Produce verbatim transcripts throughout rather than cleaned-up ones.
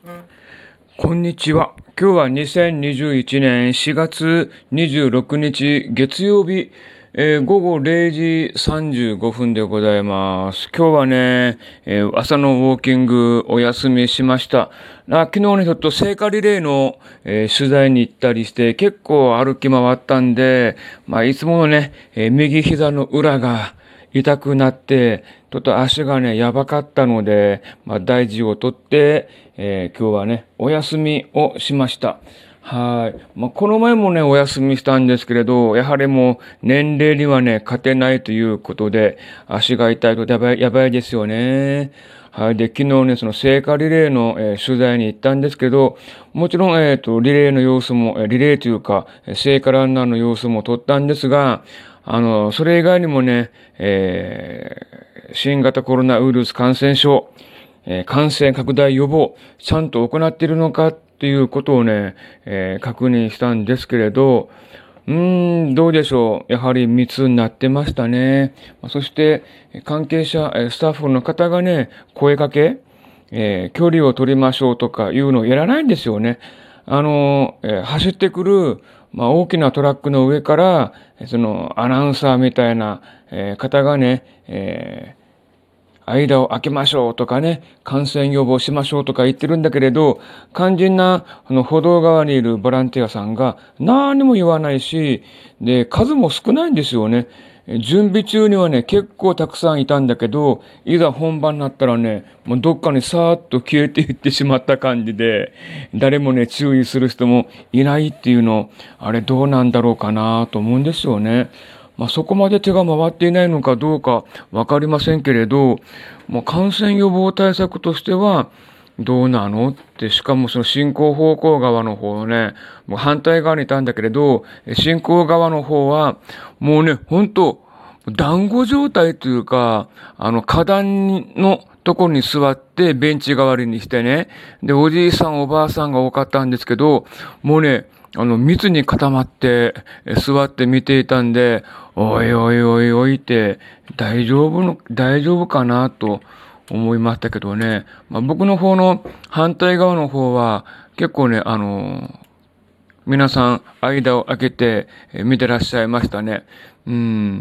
こんにちは。今日はにせんにじゅういちねんしがつにじゅうろくにち月曜日、えー、ごごれいじさんじゅうごふんでございます。今日はね、えー、朝のウォーキングお休みしました。あ昨日ね、ちょっと聖火リレーの、えー、取材に行ったりして結構歩き回ったんで、まあいつものね、えー、右膝の裏が痛くなって、ちょっと足がね、やばかったので、まあ大事をとって、えー今日はね、お休みをしました。はい。まあ、この前もね、お休みしたんですけれど、やはりもう年齢にはね、勝てないということで、足が痛いとやばい、やばいですよね。はい。で、昨日ね、その聖火リレーの、えー取材に行ったんですけど、もちろん、えっと、リレーの様子も、えーリレーというか、えー聖火ランナーの様子も撮ったんですが、あの、それ以外にもね、えー新型コロナウイルス感染症、えー感染拡大予防、ちゃんと行っているのかっていうことをね、えー確認したんですけれど、うーん、どうでしょう。やはり密になってましたね。まあそして、関係者、えースタッフの方がね、声かけ、えー距離を取りましょうとかいうのをやらないんですよね。あの、えー走ってくる、まあ、大きなトラックの上から、その、アナウンサーみたいな、えー方がね、えー間を空けましょうとかね、感染予防しましょうとか言ってるんだけれど、肝心な、あの、歩道側にいるボランティアさんが何も言わないし、で、数も少ないんですよね。準備中にはね、結構たくさんいたんだけど、いざ本番になったらね、もうどっかにさーっと消えていってしまった感じで、誰もね、注意する人もいないっていうの、あれどうなんだろうかなと思うんですよね。まあ、そこまで手が回っていないのかどうかわかりませんけれど、もう感染予防対策としては、どうなのって、しかもその進行方向側の方ね、もう反対側にいたんだけれど、進行側の方は、もうね、ほんと、団子状態というか、あの、花壇のところに座ってベンチ代わりにしてね、で、おじいさんおばあさんが多かったんですけど、もうね、あの、密に固まって、え座って見ていたんで、おいおいおいおいって、大丈夫の、大丈夫かなと思いましたけどね。まあ、僕の方の反対側の方は、結構ね、あの、皆さん間を空けてえー見てらっしゃいましたね。うん。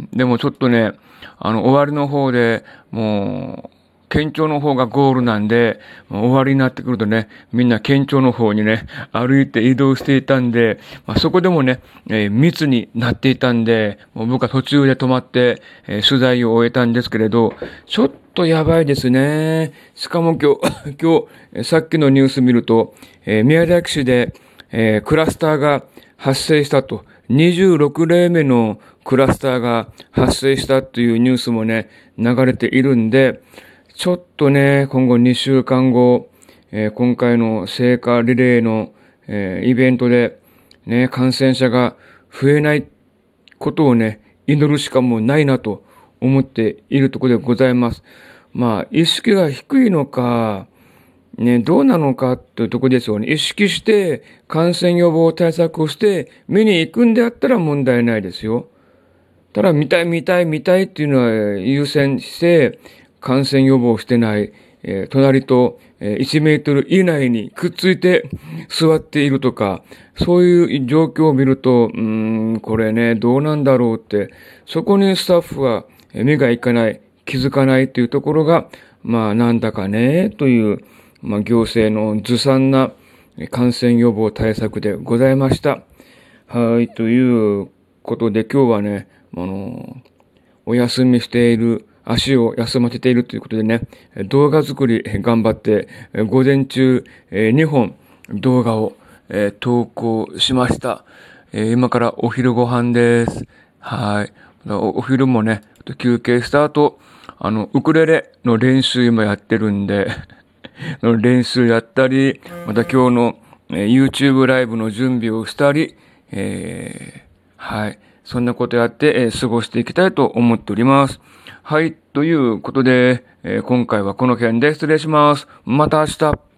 でもちょっとね、あの、終わりの方で、もう、県庁の方がゴールなんで、もう終わりになってくるとね、みんな県庁の方にね、歩いて移動していたんで、まあ、そこでもね、えー密になっていたんで、もう僕は途中で止まって、えー取材を終えたんですけれど、ちょっとやばいですね。しかも今日、今日、えーさっきのニュース見ると、えー宮崎市で、えークラスターが発生したと、にじゅうろくれいめのクラスターが発生したというニュースもね、流れているんで、ちょっとね、今後にしゅうかんご、えー今回の聖火リレーの、えーイベントで、ね、感染者が増えないことをね、祈るしかもうないなと思っているところでございます。まあ、意識が低いのか、ね、どうなのかというところですよね。意識して感染予防対策をして見に行くんであったら問題ないですよ。ただ見たい見たい見たいっていうのは優先して感染予防してない、えー隣と、えーいちメートル以内にくっついて座っているとか、そういう状況を見ると、うーん、これね、どうなんだろうって、そこにスタッフはえー目がいかない、気づかないというところが、まあなんだかね、という、まあ行政のずさんなえー感染予防対策でございました。はい、ということで今日はね、あの、お休みしている、足を休ませているということでね、動画作り頑張って、午前中にほん動画を投稿しました。今からお昼ご飯です。はい。お昼もね、休憩した後、あの、ウクレレの練習今やってるんで、練習やったり、また今日の YouTube ライブの準備をしたり、えー、はい。そんなことやって、えー過ごしていきたいと思っております。はい。ということで、えー今回はこの件で失礼します。また明日。